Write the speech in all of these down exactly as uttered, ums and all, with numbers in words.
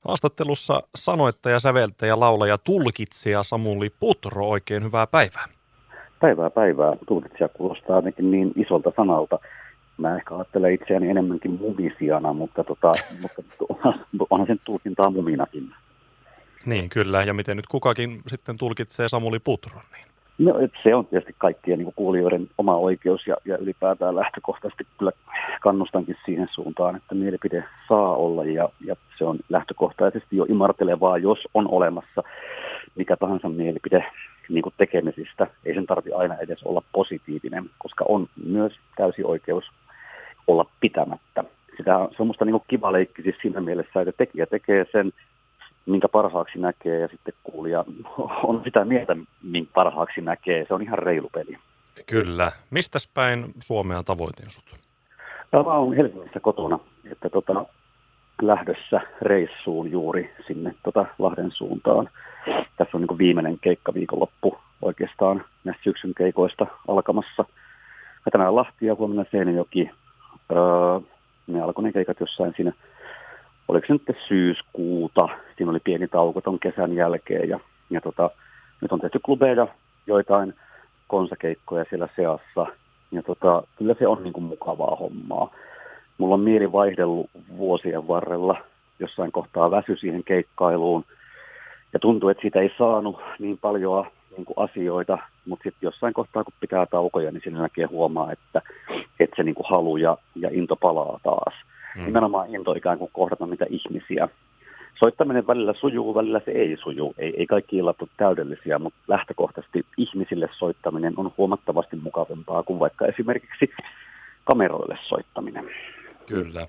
Haastattelussa sanoittaja, säveltäjä, laulaja, tulkitsija Samuli Putro. Oikein hyvää päivää. Päivää päivää. Tulkitsija kuulostaa ainakin niin isolta sanalta. Mä ehkä ajattelen itseäni enemmänkin mumisiana, mutta, tota, mutta onhan sen tulkintaa muminakin. Niin, kyllä. Ja miten nyt kukakin sitten tulkitsee Samuli Putron? Niin? No, se on tietysti kaikkien niin kuulijoiden oma oikeus ja, ja ylipäätään lähtökohtaisesti kyllä kannustankin siihen suuntaan, että mielipide saa olla ja, ja se on lähtökohtaisesti jo imartelevaa, jos on olemassa mikä tahansa mielipide niin kuin tekemisistä. Ei sen tarvitse aina edes olla positiivinen, koska on myös täysi oikeus olla pitämättä. Sitä on semmoista niin kuin kiva leikki siis siinä mielessä, että tekijä tekee sen, minkä parhaaksi näkee, ja sitten kuulija on sitä mieltä, minkä parhaaksi näkee. Se on ihan reilu peli. Kyllä. Mistäs päin Suomea tavoitin sut? Mä oon Helsingissä kotona, että tota, lähdössä reissuun juuri sinne tota Lahden suuntaan. Tässä on niin kuin viimeinen keikkaviikonloppu oikeastaan näistä syksyn keikoista alkamassa. Ja tänään Lahti ja huomenna Seinäjoki. Öö, ne alkoi ne keikat jossain siinä. Oliko se nyt syyskuuta, siinä oli pieni tauko ton kesän jälkeen ja, ja tota, nyt on tehty klubeja, joitain konsakeikkoja siellä seassa ja tota, kyllä se on niin kuin mukavaa hommaa. Mulla on mieli vaihdellut vuosien varrella, jossain kohtaa väsy siihen keikkailuun ja tuntuu, että siitä ei saanut niin paljon niin kuin asioita, mutta sitten jossain kohtaa kun pitää taukoja, niin siinä näkee huomaa, että, että se niin kuin halu ja, ja into palaa taas. Mm. Nimenomaan into ikään kuin kohdata niitä ihmisiä. Soittaminen välillä sujuu, välillä se ei suju. Ei, ei kaikki illat ole täydellisiä, mutta lähtökohtaisesti ihmisille soittaminen on huomattavasti mukavampaa kuin vaikka esimerkiksi kameroille soittaminen. Kyllä.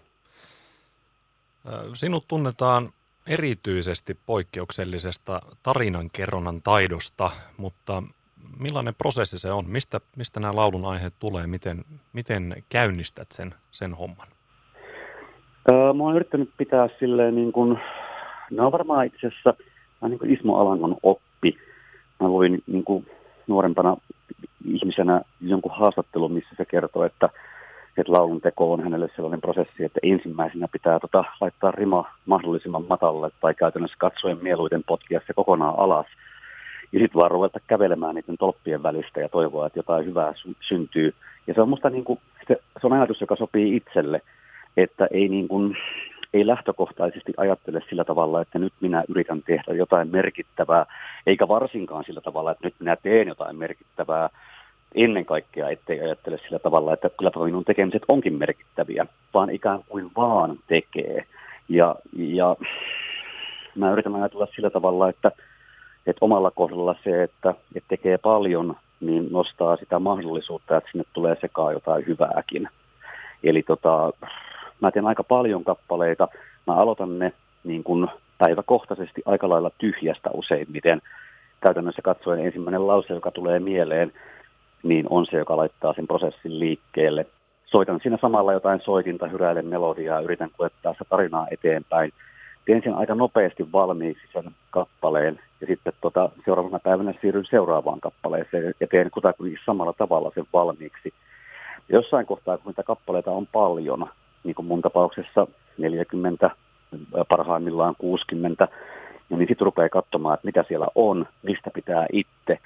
Sinut tunnetaan erityisesti poikkeuksellisesta tarinankerronnan taidosta, mutta millainen prosessi se on? Mistä, mistä nämä laulun aiheet tulee? Miten, miten käynnistät sen, sen homman? Öö, mä oon yrittänyt pitää silleen niin kuin, ne on varmaan itse asiassa niin kuin Ismo Alangon oppi. Mä luin niin kuin nuorempana ihmisenä jonkun haastattelun, missä se kertoo, että, että laulun teko on hänelle sellainen prosessi, että ensimmäisenä pitää tota, laittaa rima mahdollisimman matalle tai käytännössä katsoen mieluiten potkia se kokonaan alas. Ja sitten vaan ruveta kävelemään niiden tolppien välistä ja toivoa, että jotain hyvää syntyy. Ja se on musta niin kuin, se, se on ajatus, joka sopii itselle. Että ei, niin kuin, ei lähtökohtaisesti ajattele sillä tavalla, että nyt minä yritän tehdä jotain merkittävää, eikä varsinkaan sillä tavalla, että nyt minä teen jotain merkittävää. Ennen kaikkea ettei ajattele sillä tavalla, että kyllä minun tekemiset onkin merkittäviä, vaan ikään kuin vaan tekee. Ja, ja mä yritän ajatella sillä tavalla, että, että omalla kohdalla se, että, että tekee paljon, niin nostaa sitä mahdollisuutta, että sinne tulee sekaan jotain hyvääkin. Eli tota... Mä teen aika paljon kappaleita. Mä aloitan ne niin kuin päiväkohtaisesti aika lailla tyhjästä useimmiten. Käytännössä katsoen ensimmäinen lause, joka tulee mieleen, niin on se, joka laittaa sen prosessin liikkeelle. Soitan siinä samalla jotain soitinta, hyräilen melodiaa, yritän kuljettaa sitä tarinaa eteenpäin. Teen sen aika nopeasti valmiiksi sen kappaleen ja sitten tota, seuraavana päivänä siirryn seuraavaan kappaleeseen ja teen kutakuinkin samalla tavalla sen valmiiksi. Ja jossain kohtaa, kun niitä kappaleita on paljon, niin kuin mun tapauksessa neljäkymmentä, parhaimmillaan kuusikymmentä, ja niin sitten rupeaa katsomaan, että mitä siellä on, mistä pitää itse.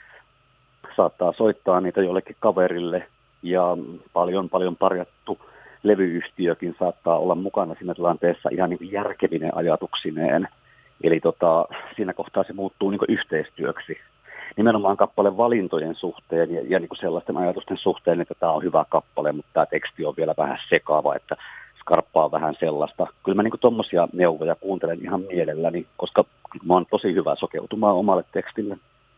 Saattaa soittaa niitä jollekin kaverille, ja paljon paljon parjattu levyyhtiökin saattaa olla mukana siinä tilanteessa ihan niin kuin järkevinen ajatuksineen. Eli tota, siinä kohtaa se muuttuu niin kuin yhteistyöksi. Nimenomaan kappaleen valintojen suhteen ja, ja niin kuin sellaisten ajatusten suhteen, että tämä on hyvä kappale, mutta tämä teksti on vielä vähän sekaava, että skarppaa vähän sellaista. Kyllä mä niin kuin tommosia neuvoja kuuntelen ihan mielelläni, koska mä oon tosi hyvä sokeutumaan omalle tekstille.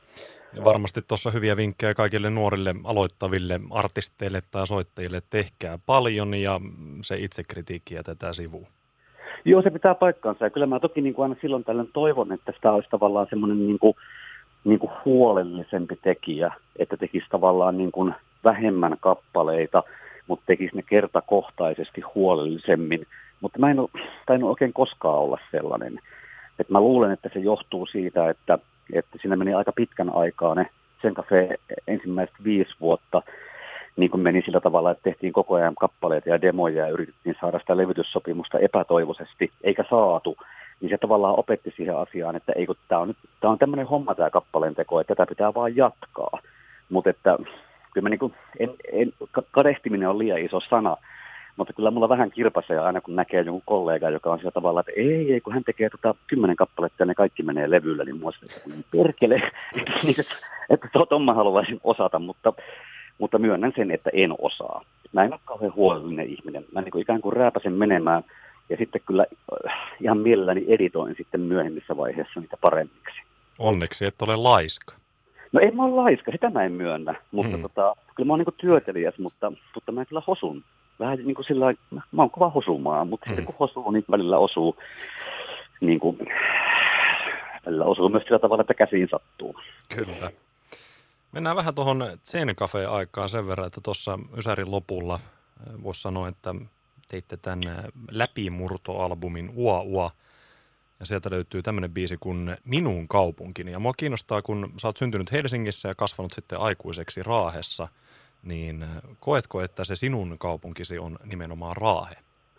Ja varmasti tuossa hyviä vinkkejä kaikille nuorille aloittaville artisteille tai soittajille, tehkää paljon ja se itsekritiikki jätetään sivuun. Joo, se pitää paikkaansa ja kyllä mä toki niin kuin aina silloin tällöin toivon, että sitä olisi tavallaan semmoinen niin kuin niin kuin huolellisempi tekijä, että tekisi tavallaan niin kuin vähemmän kappaleita, mutta tekisi ne kertakohtaisesti huolellisemmin. Mutta mä en ole tainnut oikein koskaan olla sellainen. Et mä luulen, että se johtuu siitä, että, että siinä meni aika pitkän aikaa ne Sen Cafe ensimmäiset viisi vuotta, niin kuin meni sillä tavalla, että tehtiin koko ajan kappaleita ja demoja ja yritettiin saada sitä levytyssopimusta epätoivoisesti, eikä saatu. niin se tavallaan opetti siihen asiaan, että ei kun tämä on, nyt, tää on tämmöinen homma tämä kappaleen teko, että tätä pitää vaan jatkaa. Mutta että kyllä mä niin kuin, en, en, kadehtiminen on liian iso sana, mutta kyllä mulla vähän kirpaisee aina, kun näkee jonkun kollega, joka on sillä tavalla, että ei, ei kun hän tekee tota kymmenen kappaletta ja ne kaikki menee levyllä, niin mua se perkele, että, että, että ton mä haluaisin osata, mutta, mutta myönnän sen, että en osaa. Mä en ole kauhean huolellinen ihminen. Mä niin kuin ikään kuin rääpäsen menemään ja sitten kyllä ihan mielelläni editoin sitten myöhemmissä vaiheissa niitä paremmiksi. Onneksi et ole laiska. No ei mä ole laiska, sitä mä en myönnä, mutta hmm. tota, kyllä mä oon niin kuin työtelijäs, mutta, mutta mä kyllä hosun. Vähän niin kuin sillä mä oon kova hosumaan, mutta hmm. sitten kun hosuu, niin välillä osuu, niin kuin, välillä osuu myös sillä tavalla, että käsiin sattuu. Kyllä. Mennään vähän tuohon Zen Cafe-aikaan sen verran, että tuossa Ysärin lopulla voisi sanoa, että teitte tämän läpimurtoalbumin Ua Ua. Ja sieltä löytyy tämmöinen biisi kuin Minun kaupunkini. Ja mua kiinnostaa, kun sä oot syntynyt Helsingissä ja kasvanut sitten aikuiseksi Raahessa, niin koetko, että se sinun kaupunkisi on nimenomaan Raahe?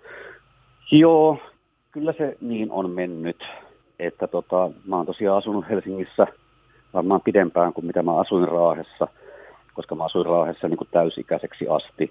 Joo, kyllä se niin on mennyt, että tota, mä oon tosiaan asunut Helsingissä varmaan pidempään kuin mitä mä asuin Raahessa, koska mä asuin Raahessa niin kuin täysikäiseksi asti.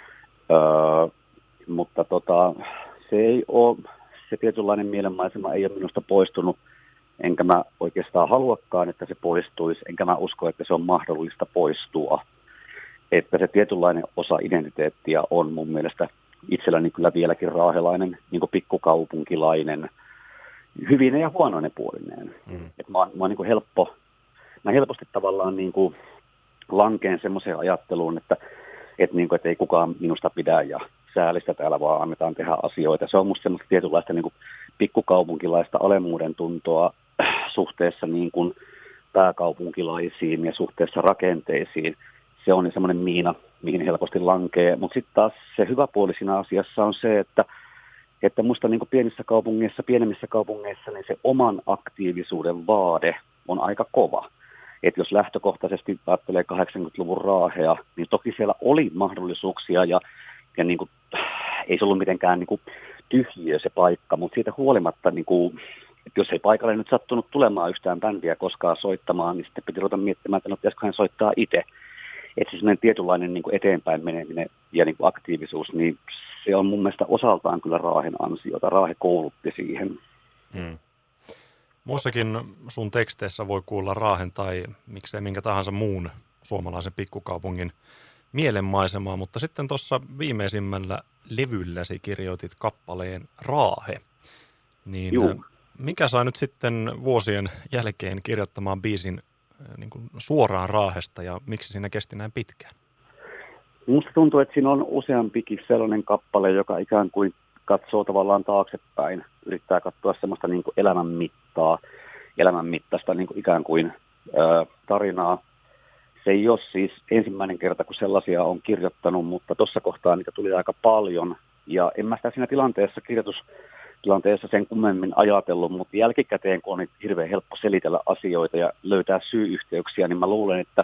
Öö, mutta tota, se ei ole, se tietynlainen mielenmaisema ei ole minusta poistunut, enkä mä oikeastaan haluakaan, että se poistuisi, enkä mä usko, että se on mahdollista poistua. Että se tietynlainen osa identiteettiä on mun mielestä itselläni kyllä vieläkin raahelainen, niin kuin pikkukaupunkilainen, hyvine ja huonoine puolineen. Mm. Että mä oon, mä oon niin kuin helppo, mä helposti tavallaan niin kuin lankeen semmoiseen ajatteluun, että, että, niin kuin, että ei kukaan minusta pidä ja säälistä täällä vaan annetaan tehdä asioita. Se on musta semmoista tietynlaista niin kuin pikkukaupunkilaista alemmuuden tuntoa suhteessa niin kuin pääkaupunkilaisiin ja suhteessa rakenteisiin. Se on semmoinen miina, mihin helposti lankee. Mutta sitten taas se hyvä puoli siinä asiassa on se, että, että musta niin kuin pienissä kaupungeissa, pienemmissä kaupungeissa, niin se oman aktiivisuuden vaade on aika kova. Että jos lähtökohtaisesti ajattelee kahdeksankymmentäluvun Raahea, niin toki siellä oli mahdollisuuksia ja, ja niin kuin, ei se ollut mitenkään niin kuin tyhjiö se paikka, mutta siitä huolimatta, niin kuin, että jos ei paikalle nyt sattunut tulemaan yhtään bändiä koskaan soittamaan, niin sitten piti ruveta miettimään, että no pitäisikö hän soittaa itse. Että se sellainen tietynlainen niin kuin eteenpäin meneminen ja niin kuin aktiivisuus, niin se on mun mielestä osaltaan kyllä Raahen ansiota. Raahe koulutti siihen. Hmm. Muissakin sun teksteissä voi kuulla Raahen tai miksei minkä tahansa muun suomalaisen pikkukaupungin mielenmaisemaa, mutta sitten tuossa viimeisimmällä levylläsi kirjoitit kappaleen Raahe. Niin Juu. Mikä sai nyt sitten vuosien jälkeen kirjoittamaan biisin niin kuin suoraan Raahesta ja miksi siinä kesti näin pitkään? Musta tuntuu, että siinä on useampikin sellainen kappale, joka ikään kuin katsoo tavallaan taaksepäin, yrittää katsoa semmoista niin kuin elämän mittaa, elämän mittaista niin kuin ikään kuin ö, tarinaa. Se ei ole siis ensimmäinen kerta, kun sellaisia on kirjoittanut, mutta tuossa kohtaa niitä tuli aika paljon. Ja en mä sitä siinä tilanteessa, kirjoitustilanteessa sen kummemmin ajatellut, mutta jälkikäteen, kun on hirveän helppo selitellä asioita ja löytää syy-yhteyksiä, niin mä luulen, että,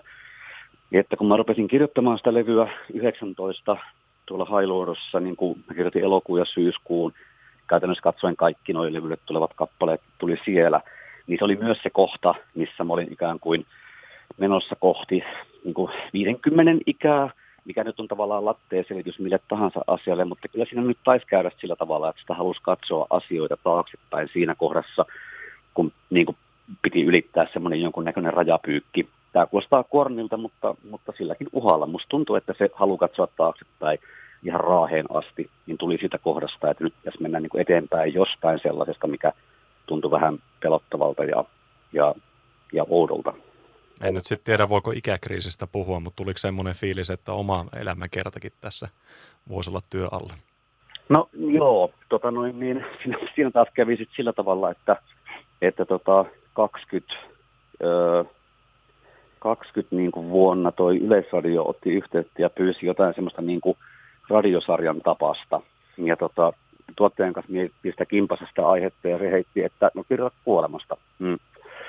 että kun mä rupesin kirjoittamaan sitä levyä yhdeksäntoista tuolla Hailuodossa, niin kuin mä kirjoitin elokuun ja syyskuun, käytännössä katsoen kaikki nuo levylle tulevat kappaleet tuli siellä, niin se oli myös se kohta, missä mä olin ikään kuin menossa kohti niin kuin viidenkymmenen ikää, mikä nyt on tavallaan latteeselitys mille tahansa asialle, mutta kyllä siinä nyt taisi käydä sillä tavalla, että sitä halusi katsoa asioita taaksepäin siinä kohdassa, kun niin kuin piti ylittää semmoinen jonkunnäköinen rajapyykki. Tämä kuulostaa kornilta, mutta, mutta silläkin uhalla. Musta tuntuu, että se halu katsoa taaksepäin ihan Raaheen asti, niin tuli siitä kohdasta, että nyt pitäisi mennä niin kuin eteenpäin jostain sellaisesta, mikä tuntui vähän pelottavalta ja, ja, ja oudolta. En nyt sitten tiedä, voiko ikäkriisistä puhua, mutta tuliko semmoinen fiilis, että oma elämänkertakin tässä voisi olla työ alla? No joo, tota noin, niin, siinä, siinä taas kävi sit sillä tavalla, että, että tota, kaksikymmentä, öö, kaksikymmentä niin kuin vuonna toi Yleisradio otti yhteyttä ja pyysi jotain semmoista niin kuin radiosarjan tapasta. Ja tota, tuottajan kanssa miettii sitä kimpasesta aihetta ja se heitti, että no kirjoita kuolemasta. Hmm.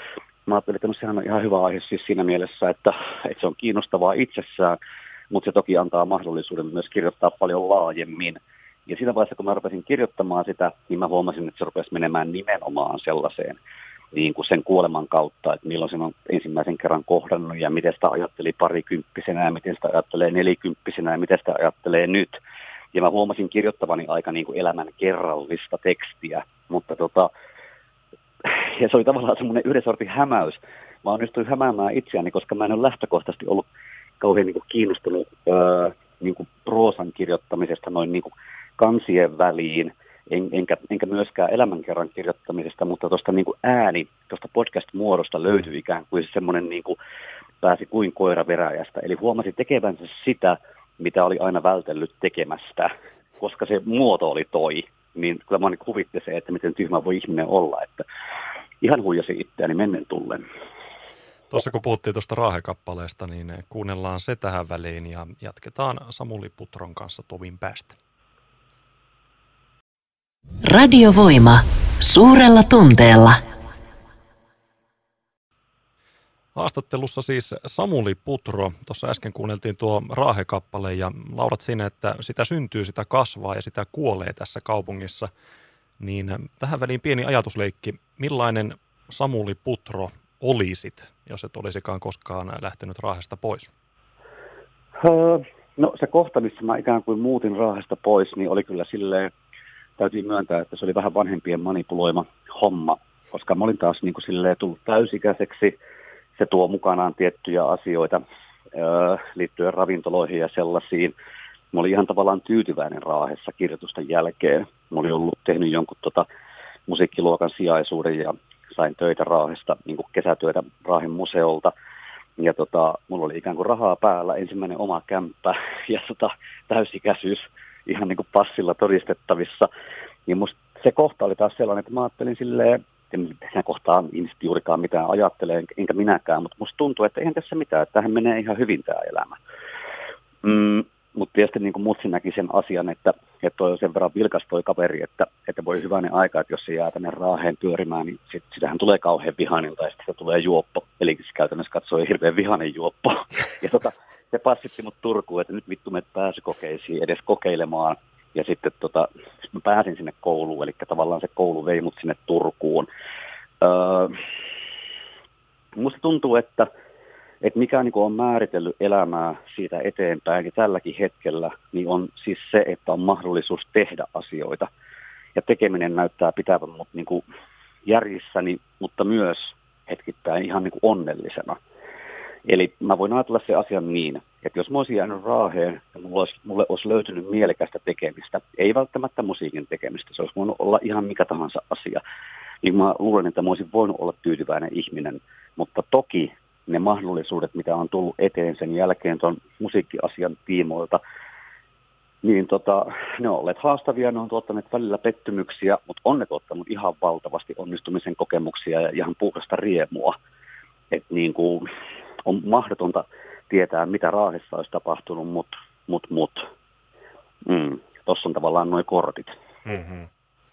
Mä ajattelin, että no sehän on ihan hyvä aihe siis siinä mielessä, että, että se on kiinnostavaa itsessään, mutta se toki antaa mahdollisuuden myös kirjoittaa paljon laajemmin. Ja siinä vaiheessa, kun mä rupesin kirjoittamaan sitä, niin mä huomasin, että se rupesi menemään nimenomaan sellaiseen niin kuin sen kuoleman kautta, että milloin sen on ensimmäisen kerran kohdannut ja miten sitä ajatteli parikymppisenä ja miten sitä ajattelee nelikymppisenä ja miten sitä ajattelee nyt. Ja mä huomasin kirjoittavani aika niin kuin elämän kerrallista tekstiä, mutta tota, ja se oli tavallaan semmoinen yhden sortin hämäys. Mä onnistuin hämäämään itseäni, koska mä en ole lähtökohtaisesti ollut kauhean niin kuin kiinnostunut öö, niin kuin proosan kirjoittamisesta noin niin kuin kansien väliin, en, enkä, enkä myöskään elämänkerran kirjoittamisesta, mutta tuosta niin kuin ääni, tuosta podcast-muodosta löytyi ikään kuin semmoinen niin kuin pääsi kuin koira veräjästä. Eli huomasi tekevänsä sitä, mitä oli aina vältellyt tekemästä, koska se muoto oli toi. Niin kyllä mä huvitti se, että miten tyhmä voi ihminen olla, että ihan huijasi itseäni mennen tullen. Tuossa kun puhuttiin tuosta Raahe-kappaleesta, niin kuunnellaan se tähän väliin ja jatketaan Samuli Putron kanssa tovin päästä. Radiovoima. Suurella tunteella. Haastattelussa siis Samuli Putro. Tuossa äsken kuunneltiin tuo Raahe-kappale ja laulat siinä, että sitä syntyy, sitä kasvaa ja sitä kuolee tässä kaupungissa. Niin tähän väliin pieni ajatusleikki. Millainen Samuli Putro olisit, jos et olisikaan koskaan lähtenyt Raahesta pois? No se kohta, missä mä ikään kuin muutin Raahesta pois, niin oli kyllä silleen, täytyy myöntää, että se oli vähän vanhempien manipuloima homma, koska mä olin taas niin kuin silleen tullut täysikäiseksi. Se tuo mukanaan tiettyjä asioita öö, liittyen ravintoloihin ja sellaisiin. Mä olin ihan tavallaan tyytyväinen Raahessa kirjoitusten jälkeen. Mä olin ollut tehnyt jonkun tota, musiikkiluokan sijaisuuden ja sain töitä Raahesta, niin kuin kesätyötä Raahen museolta. Ja tota, mulla oli ikään kuin rahaa päällä, ensimmäinen oma kämppä ja tota, täysikäisyys ihan niin kuin passilla todistettavissa. Ja musta se kohta oli taas sellainen, että mä ajattelin silleen, en siinä kohtaa ihmiset juurikaan mitään ajattelee, enkä minäkään, mutta musta tuntuu, että eihän tässä mitään, että tämähän menee ihan hyvin tämä elämä. Mm, mutta tietysti niin kuin mutsi näki sen asian, että, että toi on sen verran vilkas toi kaveri, että, että voi hyvänen aika, että jos se jää tänne Raaheen pyörimään, niin sit, sitähän tulee kauhean vihanilta ja sitten tulee juoppo. Eli siis käytännössä katsoi hirveän vihainen juoppo. Ja tota, se passitti mut Turkuun, että nyt vittu menet pääsykokeisiin edes kokeilemaan. Ja sitten tota, mä pääsin sinne kouluun, eli tavallaan se koulu vei mut sinne Turkuun. Öö, musta tuntuu, että, että mikä niin on määritellyt elämää siitä eteenpäin, ja tälläkin hetkellä, niin on siis se, että on mahdollisuus tehdä asioita. Ja tekeminen näyttää pitävän mut niin kuin järjissäni, mutta myös hetkittäin ihan niin kuin onnellisena. Eli mä voin ajatella se asian niin, että jos mä olisin jäänyt Raaheen ja mulle olisi, mulle olisi löytynyt mielekästä tekemistä, ei välttämättä musiikin tekemistä, se olisi voinut olla ihan mikä tahansa asia, niin mä luulen, että mä olisin voinut olla tyytyväinen ihminen. Mutta toki ne mahdollisuudet, mitä on tullut eteen sen jälkeen tuon musiikkiasian tiimoilta, niin tota, ne on olleet haastavia, ne on tuottaneet välillä pettymyksiä, mutta on ne tuottanut ihan valtavasti onnistumisen kokemuksia ja ihan puhdasta riemua. Että niin kuin on mahdotonta tietää, mitä Raahessa olisi tapahtunut, mutta mut, mut. Mm, tuossa on tavallaan nuo kortit. Mm-hmm.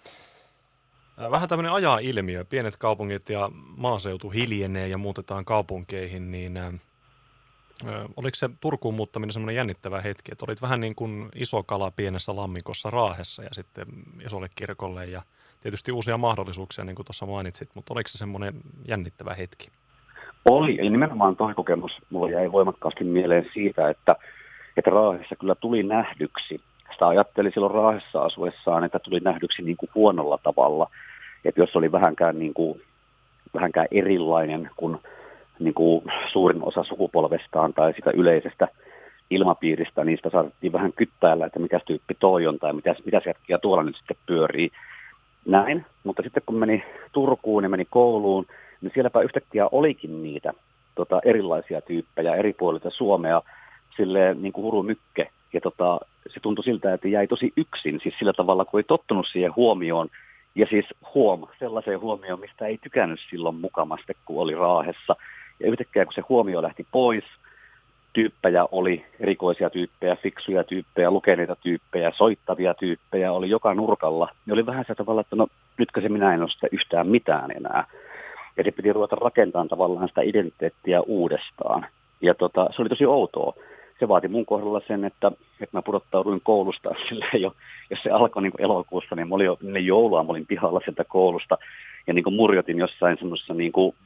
Vähän tämmöinen aja-ilmiö. Pienet kaupungit ja maaseutu hiljenee ja muutetaan kaupunkeihin, niin ä, oliko se Turkuun muuttaminen semmoinen jännittävä hetki, että olit vähän niin kuin iso kala pienessä lammikossa Raahessa ja sitten isolle kirkolle ja tietysti uusia mahdollisuuksia, niin kuin tuossa mainitsit, mutta oliko se semmoinen jännittävä hetki? Oli, eli nimenomaan tuo kokemus mulla jäi voimakkaasti mieleen siitä, että, että Raahessa kyllä tuli nähdyksi. Sitä ajatteli silloin Raahessa asuessaan, että tuli nähdyksi niin kuin huonolla tavalla, että jos oli vähänkään, niin kuin, vähänkään erilainen kuin, niin kuin suurin osa sukupolvestaan tai sitä yleisestä ilmapiiristä, niin sitä saatettiin vähän kyttäällä, että mikä tyyppi toi on tai mitä, mitä jätkiä tuolla nyt sitten pyörii. Näin, mutta sitten kun meni Turkuun ja meni kouluun, niin sielläpä yhtäkkiä olikin niitä tota, erilaisia tyyppejä eri puolilta Suomea, silleen niin kuin hurumykke. Ja tota, se tuntui siltä, että jäi tosi yksin, siis sillä tavalla, kun ei tottunut siihen huomioon. Ja siis huom, sellaiseen huomioon, mistä ei tykännyt silloin mukamasti, kun oli Raahessa. Ja yhtäkkiä, kun se huomio lähti pois, tyyppejä oli, erikoisia tyyppejä, fiksuja tyyppejä, lukeneita tyyppejä, soittavia tyyppejä, oli joka nurkalla. Ja oli vähän se tavalla, että no nytkö se minä en ole sitä yhtään mitään enää. Ja se piti ruveta rakentamaan tavallaan sitä identiteettiä uudestaan. Ja tota, se oli tosi outoa. se vaati mun kohdalla sen, että, että mä pudottauduin koulusta silleen jo, jos se alkoi niin kuin elokuussa, niin mä olin jo ennen joulua, mä olin pihalla sieltä koulusta ja niin kuin murjotin jossain semmoisessa niin kuin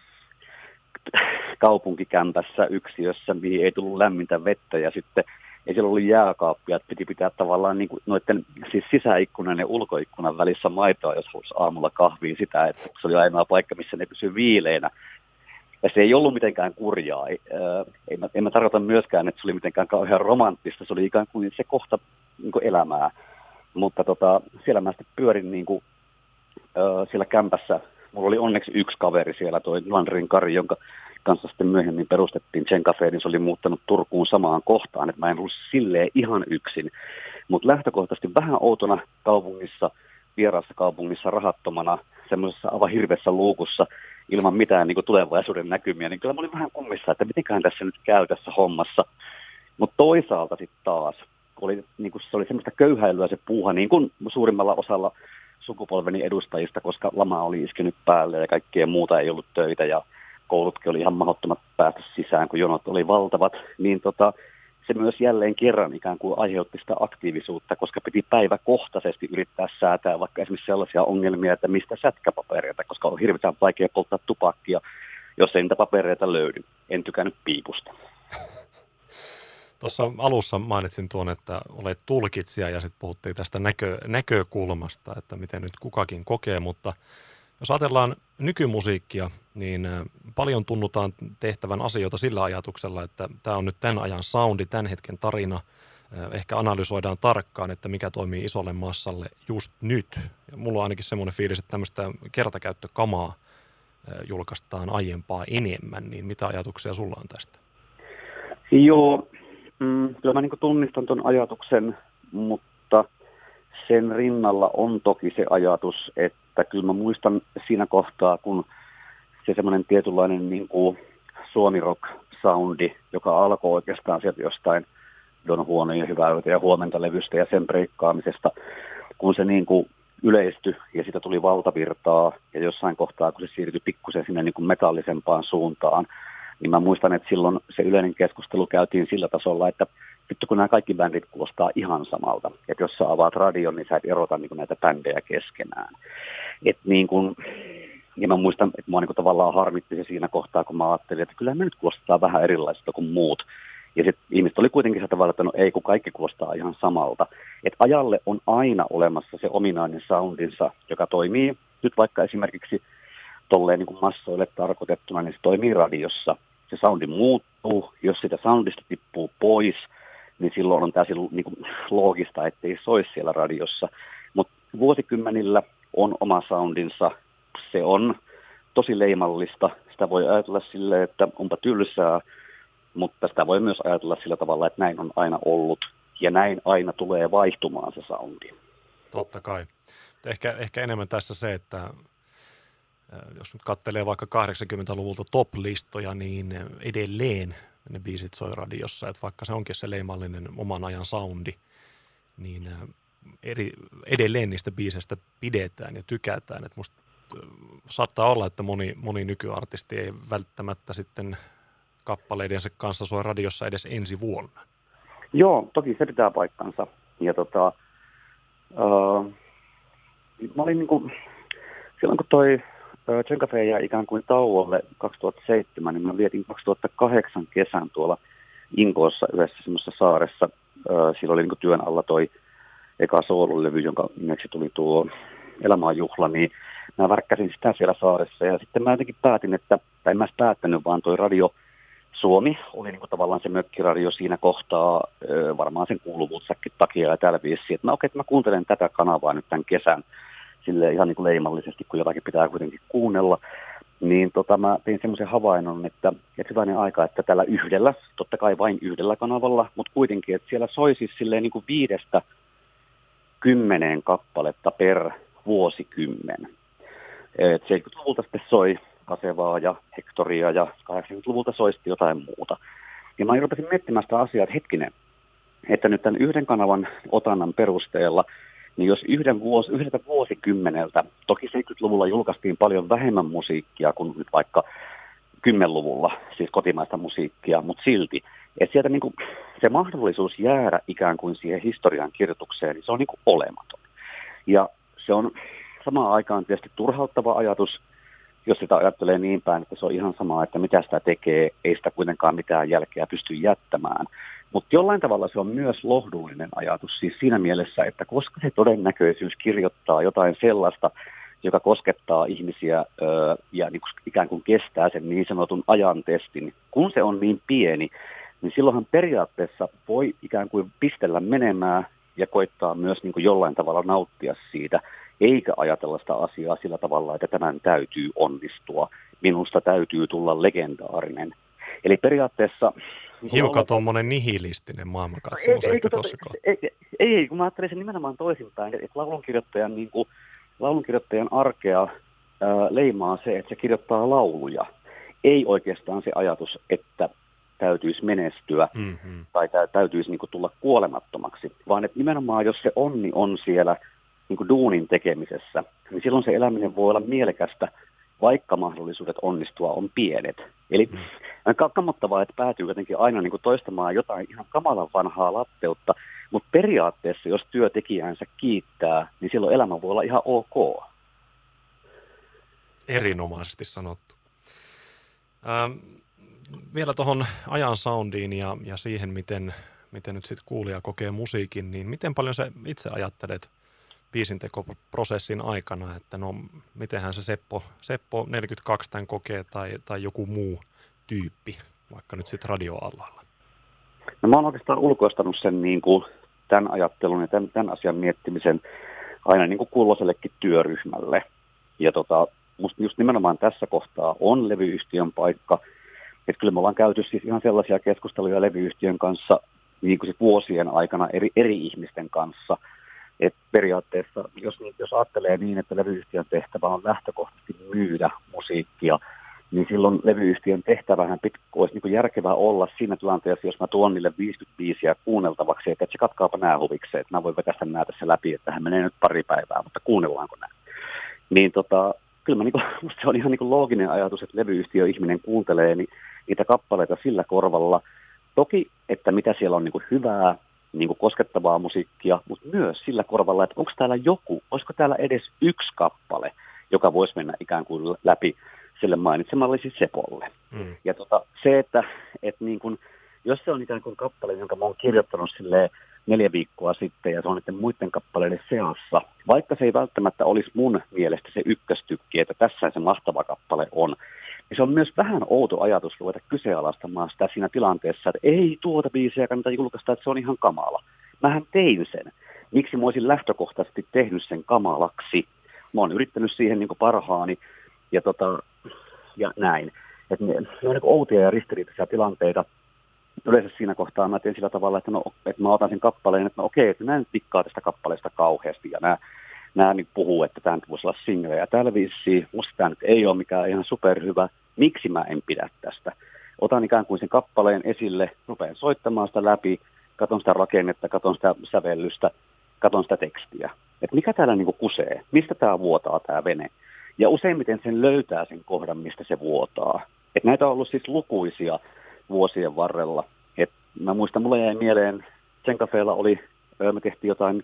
kaupunkikämpässä yksiössä, mihin ei tullut lämmintä vettä ja sitten ei siellä ollut jääkaappia, että piti pitää tavallaan niin kuin noiden siis sisäikkunan ja ulkoikkunan välissä maitoa, jos halusi aamulla kahviin sitä, että se oli ainoa paikka, missä ne pysyi viileinä. Ja se ei ollut mitenkään kurjaa. Ei, äh, en, mä, en mä tarkoita myöskään, että se oli mitenkään kauhean romanttista. Se oli ikään kuin se kohta niin kuin elämää. Mutta tota, siellä mä sitten pyörin niin kuin, äh, siellä kämpässä. Mulla oli onneksi yksi kaveri siellä, toi Landrin Kari, jonka kanssa sitten myöhemmin perustettiin Chen Cafe, niin se oli muuttanut Turkuun samaan kohtaan. Että mä en ollut silleen ihan yksin. Mutta lähtökohtaisesti vähän outona kaupungissa, vieraassa kaupungissa, rahattomana, semmoisessa aivan hirveässä luukussa, ilman mitään niin kuin tulevaisuuden näkymiä, niin kyllä mä olin vähän kummissa, että mitenköhän tässä nyt käy tässä hommassa. Mutta toisaalta sitten taas, oli, niin kuin se oli semmoista köyhäilyä se puuha, niin kuin suurimmalla osalla sukupolveni edustajista, koska lama oli iskenyt päälle ja kaikkea muuta ei ollut töitä ja koulutkin oli ihan mahdottomat päästä sisään, kun jonot oli valtavat, niin tota, se myös jälleen kerran ikään kuin aiheutti sitä aktiivisuutta, koska piti päiväkohtaisesti yrittää säätää vaikka esimerkiksi sellaisia ongelmia, että mistä sätkäpapereita, koska on hirveän vaikea polttaa tupakkia, jos ei niitä papereita löydy. En tykännyt piipusta. Tuossa alussa mainitsin tuon, että olet tulkitsija ja sitten puhuttiin tästä näkö, näkökulmasta, että miten nyt kukakin kokee, mutta jos ajatellaan nykymusiikkia, niin paljon tunnutaan tehtävän asioita sillä ajatuksella, että tämä on nyt tämän ajan soundi, tämän hetken tarina. Ehkä analysoidaan tarkkaan, että mikä toimii isolle massalle just nyt. Ja mulla on ainakin semmoinen fiilis, että tämmöistä kertakäyttökamaa julkaistaan aiempaa enemmän. Niin mitä ajatuksia sulla on tästä? Joo, mm, kyllä mä niin kuin tunnistan tuon ajatuksen, mutta sen rinnalla on toki se ajatus, että kyllä mä muistan siinä kohtaa, kun se semmoinen tietynlainen niin kuin suomi-rock-soundi, joka alkoi oikeastaan sieltä jostain Don Juanin ja Hyvää yötä ja huomenta levystä ja sen breikkaamisesta, kun se niin kuin yleistyi ja siitä tuli valtavirtaa ja jossain kohtaa, kun se siirtyi pikkusen sinne niin kuin metallisempaan suuntaan, niin mä muistan, että silloin se yleinen keskustelu käytiin sillä tasolla, että nyt kun nämä kaikki bändit kuulostaa ihan samalta, että jos sä avaat radion, niin sä et erota niin kuin näitä bändejä keskenään. Et niin kuin, ja mä muistan, että mua niin kuin tavallaan harmitti se siinä kohtaa, kun mä ajattelin, että kyllä me nyt kuulostaa vähän erilaista kuin muut. Ja sitten ihmiset oli kuitenkin se tavalla, että no ei, kun kaikki kuulostaa ihan samalta. Että ajalle on aina olemassa se ominainen soundinsa, joka toimii nyt vaikka esimerkiksi tolleen niin kuin massoille tarkoitettuna, niin se toimii radiossa. Se soundi muuttuu, jos sitä soundista tippuu pois, niin silloin on täysin niin kuin loogista, ettei soisi siellä radiossa. Mutta vuosikymmenillä on oma soundinsa, se on tosi leimallista. Sitä voi ajatella silleen, että onpa tylsää, mutta sitä voi myös ajatella sillä tavalla, että näin on aina ollut ja näin aina tulee vaihtumaan se soundi. Totta kai. Ehkä, ehkä enemmän tässä se, että jos nyt katselee vaikka kahdeksankymmentäluvulta top-listoja, niin edelleen ne biisit soi radiossa, että vaikka se onkin se leimallinen oman ajan soundi, niin eri, edelleen niistä biiseistä pidetään ja tykätään. Että musta saattaa olla, että moni, moni nykyartisti ei välttämättä sitten kappaleidensa kanssa soi radiossa edes ensi vuonna. Joo, toki se pitää paikkansa. Ja tota, uh, mä olin niinku, silloin kun toi Chen Cafe jäi ikään kuin tauolle kaksituhattaseitsemän, niin mä vietin kaksituhattakahdeksan kesän tuolla Inkoossa yhdessä semmoisessa saaressa. Siellä oli niin kuin työn alla toi eka soolulevy, jonka nimeksi tuli tuo Elämä on juhla, niin mä värkkäsin sitä siellä saaressa. Ja sitten mä jotenkin päätin, että, tai en mä päättänyt, vaan toi Radio Suomi oli niin kuin tavallaan se mökkiradio siinä kohtaa, varmaan sen kuuluvuutsakin takia ja tällä viisiin. Että mä okei, että mä kuuntelen tätä kanavaa nyt tämän kesän. Silleen ihan niin kuin leimallisesti, kun jotakin pitää kuitenkin kuunnella, niin tota, mä tein semmoisen havainnon, että, että hyvänen aika, että tällä yhdellä, totta kai vain yhdellä kanavalla, mutta kuitenkin, että siellä soi siis silleen niin kuin viidestä kymmeneen kappaletta per vuosikymmen. Et seitsemänkymmentäluvulta sitten soi Kasevaa ja Hektoria ja kahdeksankymmentäluvulta soi sitten jotain muuta. Ja mä rupesin miettimään sitä asiaa, että hetkinen, että nyt tämän yhden kanavan otannan perusteella niin jos yhden vuosi, yhdeltä vuosikymmeneltä, toki seitsemänkymmentäluvulla julkaistiin paljon vähemmän musiikkia kuin nyt vaikka kymmenluvulla, siis kotimaista musiikkia, mutta silti, että sieltä niin kuin, se mahdollisuus jäädä ikään kuin siihen historian kirjoitukseen, niin se on niin kuin olematon. Ja se on samaan aikaan tietysti turhauttava ajatus, jos sitä ajattelee niin päin, että se on ihan sama, että mitä sitä tekee, ei sitä kuitenkaan mitään jälkeä pysty jättämään. Mutta jollain tavalla se on myös lohdullinen ajatus, siis siinä mielessä, että koska se todennäköisyys kirjoittaa jotain sellaista, joka koskettaa ihmisiä öö, ja niin kuin ikään kuin kestää sen niin sanotun ajantestin, kun se on niin pieni, niin silloinhan periaatteessa voi ikään kuin pistellä menemään ja koittaa myös niin kuin jollain tavalla nauttia siitä, eikä ajatella sitä asiaa sillä tavalla, että tämän täytyy onnistua, minusta täytyy tulla legendaarinen. Eli periaatteessa... Hiukan tuommoinen nihilistinen maailmankatsomus ei, ehkä ei, tuossa kohtaa. Ei, ei, ei, kun mä ajattelin sen nimenomaan toisinpäin, että laulunkirjoittajan, niin kuin, laulunkirjoittajan arkea ää, leimaa se, että se kirjoittaa lauluja. Ei oikeastaan se ajatus, että täytyisi menestyä mm-hmm. tai tä, täytyisi niin kuin, tulla kuolemattomaksi, vaan että nimenomaan jos se onni on siellä niin kuin duunin tekemisessä, niin silloin se eläminen voi olla mielekästä, vaikka mahdollisuudet onnistua on pienet. Eli mm. on kammottavaa, että päätyy jotenkin aina niin kuin toistamaan jotain ihan kamalan vanhaa latteutta, mutta periaatteessa, jos työtekijänsä kiittää, niin silloin elämä voi olla ihan ok. Erinomaisesti sanottu. Ähm, vielä tuohon ajan soundiin ja, ja siihen, miten, miten nyt sitten kuulija kokee musiikin, niin miten paljon sä itse ajattelet biisintekoprosessin aikana, että no mitenhän se Seppo, Seppo neljäkymmentäkaksi tämän kokee tai, tai joku muu tyyppi, vaikka nyt sitten radioalalla? No mä oon oikeastaan ulkoistanut sen niin kuin tämän ajattelun ja tämän, tämän asian miettimisen aina niin kuin kulloisellekin työryhmälle. Ja tota, musta just nimenomaan tässä kohtaa on levyyhtiön paikka, että kyllä me ollaan käyty siis ihan sellaisia keskusteluja levyyhtiön kanssa niin kuin sit vuosien aikana eri, eri ihmisten kanssa. Et periaatteessa, jos, jos ajattelee niin, että levyyhtiön tehtävä on lähtökohtaisesti myydä musiikkia, niin silloin levyyhtiön tehtävähän pit, olisi niin kuin järkevää olla siinä tilanteessa, jos mä tuon niille viisikymmentä biisiä kuunneltavaksi, että se katkaapa nämä huvikseen, että mä voin vetästä nämä tässä läpi, että hän menee nyt pari päivää, mutta kuunnellaanko nämä. Niin tota, kyllä mä niin kuin, musta se on ihan niin kuin looginen ajatus, että levyyhtiö-ihminen kuuntelee niin, niitä kappaleita sillä korvalla. Toki, että mitä siellä on niin kuin hyvää, niin kuin koskettavaa musiikkia, mutta myös sillä korvalla, että onko täällä joku, olisiko täällä edes yksi kappale, joka voisi mennä ikään kuin läpi sille mainitsemallesi Sepolle. Mm. Ja tota, se, että et niin kun, jos se on ikään kuin kappale, jonka mä oon kirjoittanut silleen neljä viikkoa sitten, ja se on niiden muiden kappaleiden seassa, vaikka se ei välttämättä olisi mun mielestä se ykköstykki, että tässä se mahtava kappale on, niin se on myös vähän outo ajatus ruveta kyseenalaistamaan sitä siinä tilanteessa, että ei tuota biisiä kannata julkaista, että se on ihan kamala. Mähän tein sen. Miksi mä olisin lähtökohtaisesti tehnyt sen kamalaksi? Mä oon yrittänyt siihen niin kuin parhaani ja, tota, ja näin. Että ne, ne on niin kuin outoja ja ristiriitaisia tilanteita. Yleensä siinä kohtaa mä teen sillä tavalla, että, no, että mä otan sen kappaleen, että no okei, että mä en tikkaa tästä kappaleesta kauheasti ja nämä Nämä niin puhuu, että tämä nyt voisi olla single. Ja täällä vissiin, musta tämä nyt ei ole mikään ihan superhyvä. Miksi mä en pidä tästä? Otan ikään kuin sen kappaleen esille, rupean soittamaan sitä läpi, katon sitä rakennetta, katon sitä sävellystä, katon sitä tekstiä. Että mikä täällä niin kuin kusee? Mistä tämä vuotaa tämä vene? Ja useimmiten sen löytää sen kohdan, mistä se vuotaa. Että näitä on ollut siis lukuisia vuosien varrella. Et mä muistan, mulle jäi mieleen, Sen Cafeella oli, me tehtiin jotain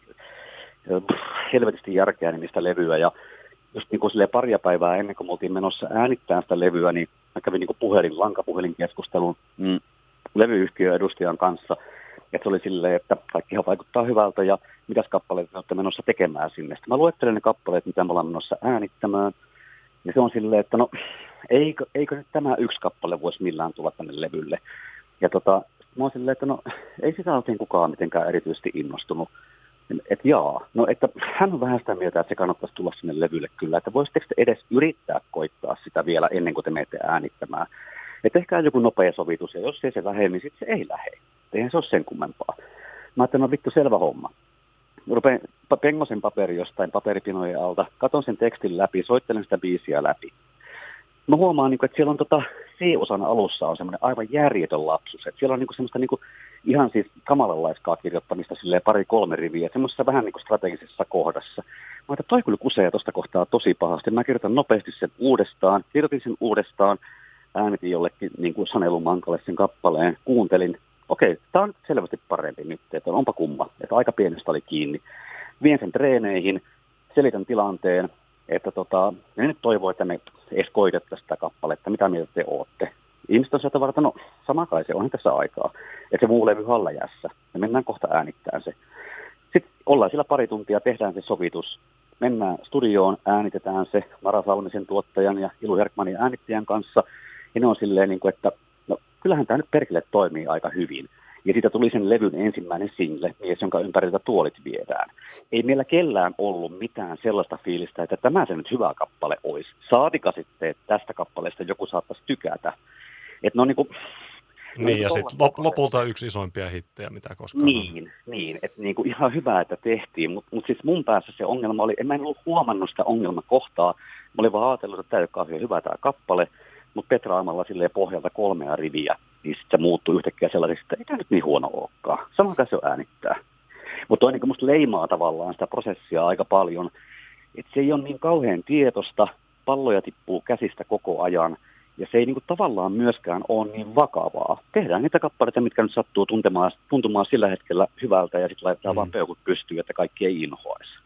helvetisti järkeä nimistä levyä ja just niin kuin silleen paria päivää ennen kuin me oltiin menossa äänittämään sitä levyä, niin mä kävin niin kuin puhelin, lankapuhelinkeskustelun mm, levyyhtiön edustajan kanssa, että se oli silleen, että kaikkihan vaikuttaa hyvältä ja mitäs kappaleita te olette menossa tekemään sinne. Sitten mä luettelen ne kappaleet, mitä me ollaan menossa äänittämään ja se on silleen, että no eikö, eikö nyt tämä yksi kappale voisi millään tulla tänne levylle. Ja tota, mä oon silleen, että no ei sitä oikein kukaan mitenkään erityisesti innostunut. Että jaa, no että hän on vähän sitä mieltä, että se kannattaisi tulla sinne levylle kyllä, että voisitteko te edes yrittää koittaa sitä vielä ennen kuin te menette äänittämään. Että ehkä joku nopea sovitus, ja jos ei se lähde, niin sitten se ei lähde. Eihän se ole sen kummempaa. Mä ajattelin, no vittu selvä homma. Rupean pengosen paperi jostain paperipinojen alta, katon sen tekstin läpi, soittelen sitä biisiä läpi. Mä huomaan, että siellä on tota C-osan alussa on semmoinen aivan järjetön lapsus. Että siellä on niinku semmoista niinku ihan siis kamalanlaiskaa kirjoittamista silleen pari-kolme riviä, semmoisessa vähän niinku strategisessa kohdassa. Mä ajattelin, toi kyllä kusee tuosta kohtaa tosi pahasti. Mä kirjoitan nopeasti sen uudestaan, kirjoitin sen uudestaan, äänitin jollekin niinku sanelumankalle sen kappaleen, kuuntelin, okei, tämä on nyt selvästi parempi nyt, että onpa kumma, että aika pienestä oli kiinni. Vien sen treeneihin, selitän tilanteen, että tota, ne nyt toivoo, että me edes koitettaisiin sitä kappaletta, mitä mieltä te ootte. Ihmiset on sieltä varten, no sama kai se, onhan tässä aikaa, että se muu levy hallajässä, ja mennään kohta äänittämään se. Sitten ollaan siellä pari tuntia, tehdään se sovitus, mennään studioon, äänitetään se Mara Salmisen tuottajan ja Ilu Herkmanin äänittäjän kanssa, ja ne on silleen, niin kuin, että no kyllähän tämä nyt perkele toimii aika hyvin. Ja siitä tuli sen levyn ensimmäinen single, mies, jonka ympäriltä tuolit viedään. Ei meillä kellään ollut mitään sellaista fiilistä, että tämä se nyt hyvä kappale olisi. Saatika sitten, että tästä kappaleesta joku saattaisi tykätä. Että no niin kuin, niin, ja sitten lop, lopulta yksi isoimpia hittejä, mitä koskaan Niin, on. niin että niin kuin ihan hyvä, että tehtiin. Mutta mut siis mun päässä se ongelma oli, en mä en ollut huomannut sitä ongelmakohtaa. Mä olin vaan ajatellut, että tämä ei ole kauhean hyvä tämä kappale. Mutta petraamalla silleen pohjalta kolmea riviä, niin sitten se muuttui yhtäkkiä sellaiseksi, että ei tämä nyt niin huono olekaan. Samoin kai se on äänittää. Mutta toi niin musta leimaa tavallaan sitä prosessia aika paljon, että se ei ole niin kauhean tietoista, palloja tippuu käsistä koko ajan, ja se ei niin kuin tavallaan myöskään ole niin vakavaa. Tehdään niitä kappaleita, mitkä nyt sattuu tuntemaan, tuntumaan sillä hetkellä hyvältä, ja sitten laitetaan mm. vaan peukut pystyyn, että kaikki ei inhoaisi.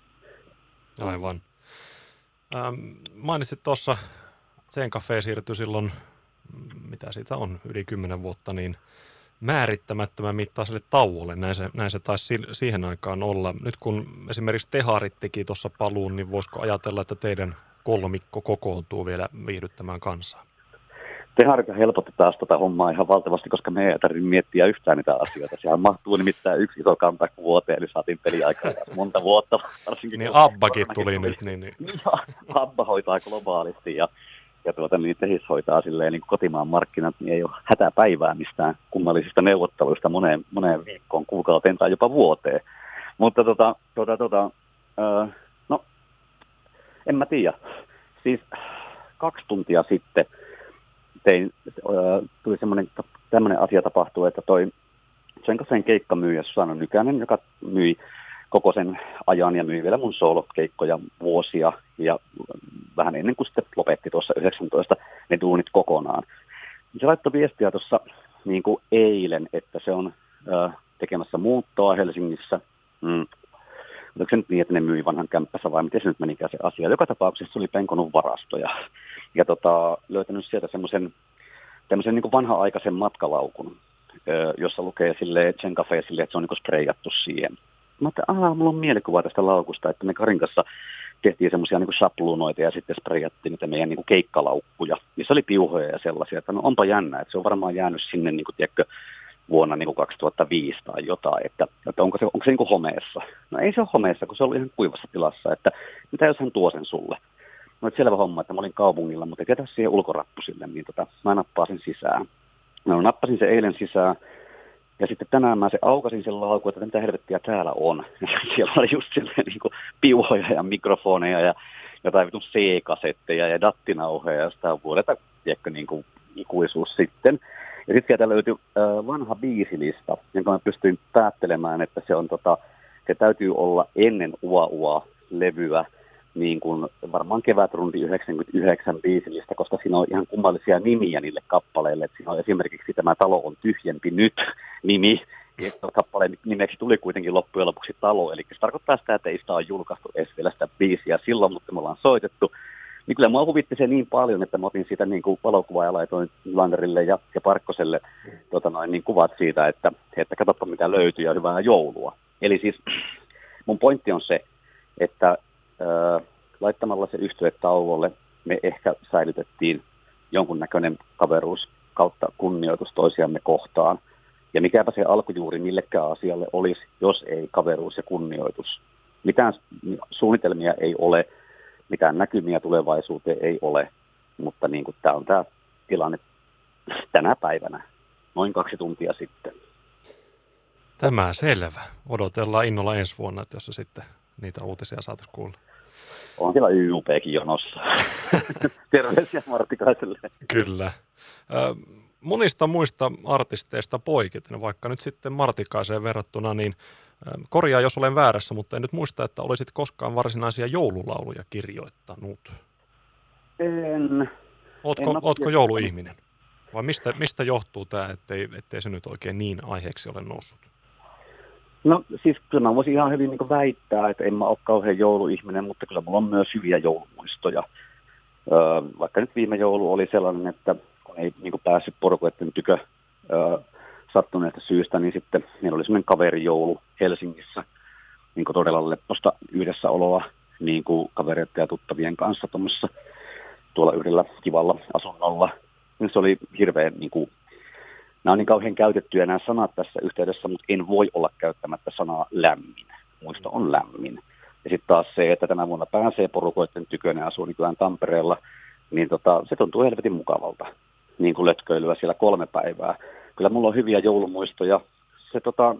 Aivan. Ähm, mainitsit tuossa, Zen Cafe siirtyi silloin, mitä siitä on, yli kymmenen vuotta, niin määrittämättömän mittaiselle tauolle. Näin se, näin se taisi siihen aikaan olla. Nyt kun esimerkiksi Teharit teki tuossa paluun, niin voisiko ajatella, että teidän kolmikko kokoontuu vielä viihdyttämään kansaa? Teharit helpotti taas tätä hommaa ihan valtavasti, koska me ei tarvitse miettiä yhtään niitä asioita. Siellä mahtuu nimittäin yksi iso comeback vuoteen, eli saatiin peliaikaa monta vuotta. Niin Abbakin tuli nyt. Niin, niin. Ja, Abba hoitaa globaalisti ja Ja tuota, niin Tehis hoitaa silleen niin kotimaan markkinat, niin ei ole hätäpäivää mistään kummallisista neuvotteluista moneen, moneen viikkoon, kuukauteen tai jopa vuoteen. Mutta tota, tota, tota, öö, no, en mä tiedä. Siis kaksi tuntia sitten tein, öö, tuli semmoinen, tämmöinen asia tapahtuu, että toi Zen Cafén keikkamyyjä Susanna Nykänen, joka myi koko sen ajan ja myi vielä mun soolokeikkoja vuosia ja vähän ennen kuin sitten lopetti tuossa yhdeksäntoista ne duunit kokonaan. Se laittoi viestiä tuossa niin kuin eilen, että se on ö, tekemässä muuttoa Helsingissä. Mm. Oliko se nyt niin, että ne myi vanhan kämppässä vai miten se nyt menikään se asia? Joka tapauksessa se oli penkonut varastoja ja tota, löytänyt sieltä semmoisen tämmöisen niin kuin vanha-aikaisen matkalaukun, ö, jossa lukee silleen Zen Cafe silleen, että se on niin kuin spreijattu siihen. Mä ajattelin, että mulla on mielikuva tästä laukusta, että me Karin kanssa tehtiin semmoisia niin sapluunoita ja sitten spreijattiin niitä meidän niin kuin keikkalaukkuja, missä oli piuhoja ja sellaisia, että no onpa jännä, että se on varmaan jäänyt sinne niin kuin, tiedätkö, vuonna niin kuin kaksituhattaviisi tai jotain, että, että onko se, onko se niin kuin homeessa. No ei se ole homeessa, kun se oli ihan kuivassa tilassa, että mitä jos hän tuo sen sulle. No selvä homma, että mä olin kaupungilla, mutta ei tiedä siihen ulkorappusille, niin tota, mä nappasin sisään. No nappasin se eilen sisään. Ja sitten tänään mä se aukasin sen laukun, että mitä helvettiä täällä on. Siellä oli just silleen niin kuin piuhoja ja mikrofoneja ja jotain vitun C-kasetteja ja dattinauheja ja sitä vuodelta, tiedätkö, niin kuin ikuisuus sitten. Ja sitten sieltä löytyi äh, vanha biisilista, jonka mä pystyin päättelemään, että se on tota, se täytyy olla ennen Ua Ua-levyä, niin kuin varmaan kevätrundi yhdeksänkymmentäyhdeksän biisilistä, koska siinä on ihan kummallisia nimiä niille kappaleille. Et siinä on esimerkiksi tämä Talo on tyhjempi nyt -nimi, ja kappaleen nimeksi tuli kuitenkin loppujen lopuksi Talo. Eli se tarkoittaa sitä, että ei sitä ole julkaistu edes vielä sitä biisiä silloin, mutta me ollaan soitettu. Niin kyllä mua huvitti se niin paljon, että mä otin siitä niin kuin valokuvaa ja laitoin Landerille ja, ja Parkkoselle tota noin, niin kuvat siitä, että, että katsoppa mitä löytyy ja hyvää joulua. Eli siis mun pointti on se, että Öö, laittamalla se yhtye tauolle me ehkä säilytettiin jonkunnäköinen kaveruus kautta kunnioitus toisiamme kohtaan. Ja mikäpä se alkujuuri millekään asialle olisi, jos ei kaveruus ja kunnioitus. Mitään suunnitelmia ei ole, mitään näkymiä tulevaisuuteen ei ole, mutta niin kuin tämä on tämä tilanne tänä päivänä, noin kaksi tuntia sitten. Tämä selvä. Odotellaan innolla ensi vuonna, että jos se sitten niitä uutisia saataisiin kuulla. On siellä Y U P:kin jonossa. Terveisiä Martikaiselle. Kyllä. Monista muista artisteista poiketen, vaikka nyt sitten Martikaiseen verrattuna, niin korjaa jos olen väärässä, mutta en nyt muista, että olisit koskaan varsinaisia joululauluja kirjoittanut. En. Ootko, en ootko jouluihminen? Vai mistä, mistä johtuu tämä, ettei, ettei se nyt oikein niin aiheeksi ole noussut? No siis kyllä mä voisin ihan hyvin niin väittää, että en mä ole kauhean jouluihminen, mutta kyllä mulla on myös hyviä joulumuistoja. Öö, vaikka nyt viime joulu oli sellainen, että kun ei niin päässyt porukoiden tykö öö, sattuneesta syystä, niin sitten meillä oli semmoinen kaverijoulu Helsingissä, niin todella lepposta yhdessäoloa niin kuin kavereiden ja tuttavien kanssa tuolla yhdellä kivalla asunnolla. Niin se oli hirveän, niin kuin, nämä on niin kauhean käytettyjä nämä sanat tässä yhteydessä, mutta en voi olla käyttämättä sanaa lämmin. Muisto on lämmin. Ja sitten taas se, että tänä vuonna pääsee porukoiden tykönä ja asuu nykyään Tampereella, niin tota, se tuntuu helvetin mukavalta, niin kuin lötköilyä siellä kolme päivää. Kyllä mulla on hyviä joulumuistoja. Se, tota,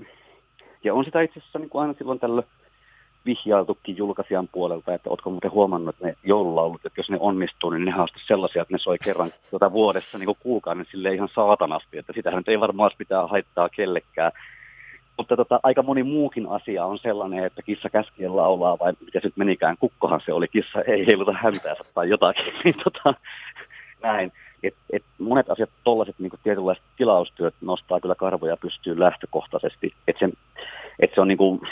ja on sitä itse asiassa niin kuin aina silloin tällöin vihjailtukin julkaisijan puolelta, että ootko muuten huomannut, että ne joululaulut, että jos ne onnistuu, niin nehän on sellaisia, että ne soi kerran tuota vuodessa niin kuin kuukauden silleen ihan saatanasti, että sitähän ei varmaan pitää haittaa kellekään. Mutta tota, aika moni muukin asia on sellainen, että kissa käskien laulaa, vai mitä se nyt menikään, kukkohan se oli, kissa ei heiluta häntäänsä tai jotakin, niin tota, näin. Et, et monet asiat, tollaiset niin tietynlaiset tilaustyöt nostaa kyllä karvoja pystyyn lähtökohtaisesti, että se, et se on niin kuin,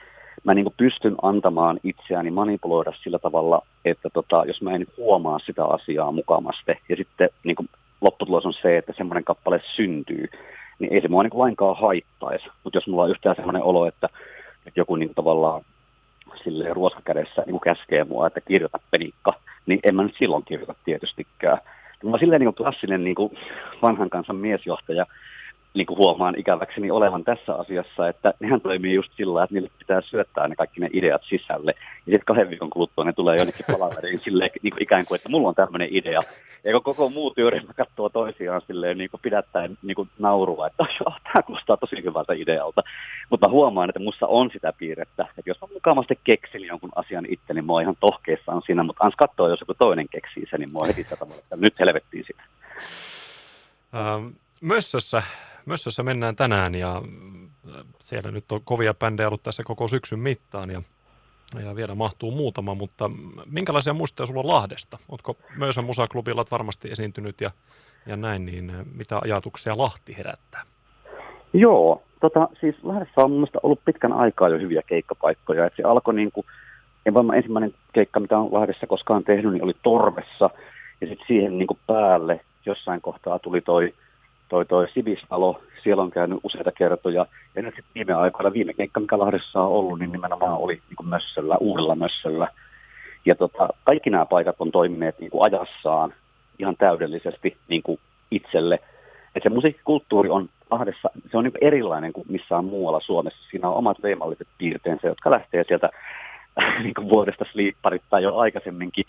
mä niin kuin pystyn antamaan itseäni manipuloida sillä tavalla, että tota, jos mä en huomaa sitä asiaa mukamaste, ja sitten niin kuin lopputulos on se, että semmoinen kappale syntyy, niin ei se mua niin kuin lainkaan haittaisi. Mutta jos mulla on yhtään semmoinen olo, että, että joku niin kuin tavallaan silleen ruoskakädessä niin kuin käskee mua, että kirjoita penikka, niin en mä nyt silloin kirjoita tietystikään. Mä oon silleen niin kuin klassinen niin kuin vanhan kansan miesjohtaja, niin kuin huomaan ikäväkseni olevan tässä asiassa, että nehän toimii just sillä, että niille pitää syöttää ne kaikki ne ideat sisälle. Ja sitten kahden viikon kuluttua ne tulee jonnekin palaveriin silleen niin kuin ikään kuin, että mulla on tämmöinen idea. Ja koko muu työryhmä katsoo toisiaan silleen niin kuin pidättäen niin kuin naurua, että oh, tämä kuulostaa tosi hyvältä idealta. Mutta mä huomaan, että musta on sitä piirrettä, että jos mä mukavasti keksin jonkun asian itse, niin mä oon ihan tohkeissaan siinä, mutta ans katsoa, jos joku toinen keksii sen, niin mä oon heti sitä tavalla, että nyt helvettiin sitä. Ähm, Mössössä. Mössössä mennään tänään ja siellä nyt on kovia bändejä ollut tässä koko syksyn mittaan ja, ja vielä mahtuu muutama, mutta minkälaisia muistoja sulla on Lahdesta? Ootko Mössön musaklubilla varmasti esiintynyt ja, ja näin, niin mitä ajatuksia Lahti herättää? Joo, tota, siis Lahdessa on mun mielestä ollut pitkän aikaa jo hyviä keikkapaikkoja, että se alkoi niin kuin, en varmaan ensimmäinen keikka, mitä on Lahdessa koskaan tehnyt, niin oli Torvessa ja sitten siihen niin kuin päälle jossain kohtaa tuli toi Toi, toi Sibisalo, siellä on käynyt useita kertoja, ja nyt sitten viime aikoina, viime keikka, mikä Lahdessa on ollut, niin nimenomaan oli niin kuin Mössöllä, uudella Mössöllä. Ja tota, kaikki nämä paikat on toimineet niin kuin ajassaan ihan täydellisesti niin kuin itselle. Et se musiikkikulttuuri on Lahdessa, se on niin kuin erilainen kuin missään muualla Suomessa. Siinä on omat leimalliset piirteensä, jotka lähtee sieltä niin kuin vuodesta sliipparit tai jo aikaisemminkin.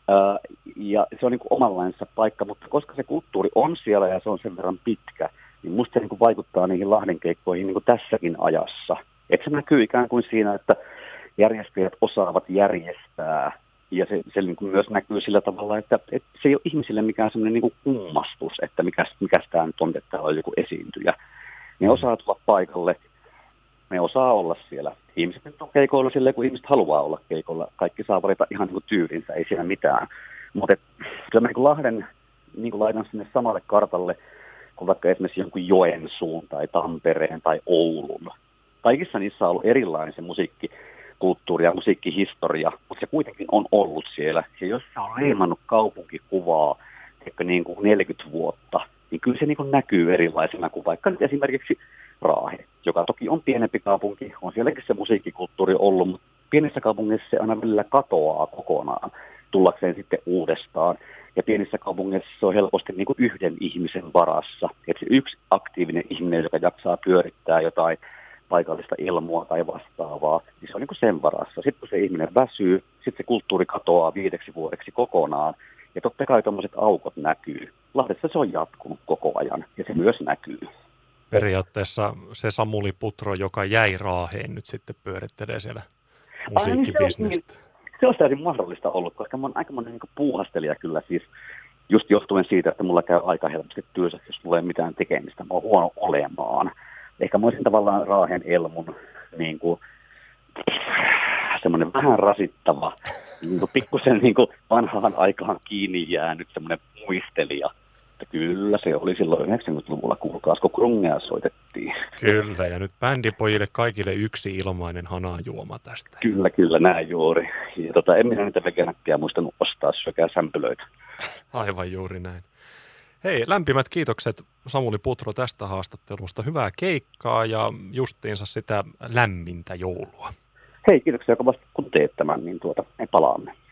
Ja se on niin kuin omanlainsa paikka, mutta koska se kulttuuri on siellä ja se on sen verran pitkä, niin musta se niin kuin vaikuttaa niihin Lahden keikkoihin niin kuin tässäkin ajassa. Että se näkyy ikään kuin siinä, että järjestäjät osaavat järjestää ja se, se niin kuin myös näkyy sillä tavalla, että, että se ei ole ihmisille mikään semmoinen niin kuin kummastus, että mikä, mikä tämä nyt on, että täällä on joku esiintyjä. Ne osaa tulla paikalle. Me osaa olla siellä. Ihmiset nyt on keikoilla silleen, kun ihmiset haluaa olla keikoilla. Kaikki saa valita ihan niin kuin tyylinsä, ei siinä mitään. Mutta kyllä mä niin kuin Lahden niin kuin laitan sinne samalle kartalle, kuin vaikka esimerkiksi jonkun Joensuun tai Tampereen tai Oulun. Kaikissa niissä on ollut erilainen se musiikkikulttuuri ja musiikkihistoria, mutta se kuitenkin on ollut siellä. Ja jos se on leimannut kaupunkikuvaa ehkä niin kuin neljäkymmentä vuotta, niin kyllä se niin kuin näkyy erilaisena kuin vaikka nyt esimerkiksi Raahe, joka toki on pienempi kaupunki, on sielläkin se musiikkikulttuuri ollut, mutta pienissä kaupungeissa se aina välillä katoaa kokonaan tullakseen sitten uudestaan. Ja pienissä kaupungeissa se on helposti niin kuin yhden ihmisen varassa. Että se yksi aktiivinen ihminen, joka jaksaa pyörittää jotain paikallista ilmoa tai vastaavaa, niin se on niin kuin sen varassa. Sitten kun se ihminen väsyy, sitten se kulttuuri katoaa viideksi vuodeksi kokonaan. Ja totta kai tuommoiset aukot näkyy. Lahdessa se on jatkunut koko ajan ja se myös näkyy. Periaatteessa se Samuli Putro, joka jäi Raaheen, nyt sitten pyörittelee siellä musiikkibisnestä. Se, se olisi täysin mahdollista ollut, koska mä oon aikamoinen niin puuhastelija kyllä siis, just johtuen siitä, että mulla käy aika helposti työssä, jos mulla ei mitään tekemistä, mä oon huono olemaan. Ehkä mä olisin tavallaan Raaheen Elmun niin kuin, semmoinen vähän rasittava, niin kuin pikkusen niin kuin vanhaan aikaan kiinni jäänyt semmoinen muistelija. että kyllä se oli silloin yhdeksänkymmentäluvulla, kuulkaas, kun krungea soitettiin. Kyllä, ja nyt bändipojille kaikille yksi ilmainen hanajuoma tästä. Kyllä, kyllä, näin juuri. Ja tota, en minä niitä vegenäkkiä muistanut ostaa, syökää sämpylöitä. Aivan juuri näin. Hei, lämpimät kiitokset Samuli Putro tästä haastattelusta. Hyvää keikkaa ja justiinsa sitä lämmintä joulua. Hei, kiitoksia kovasti kun teet tämän, niin tuota, me palaamme.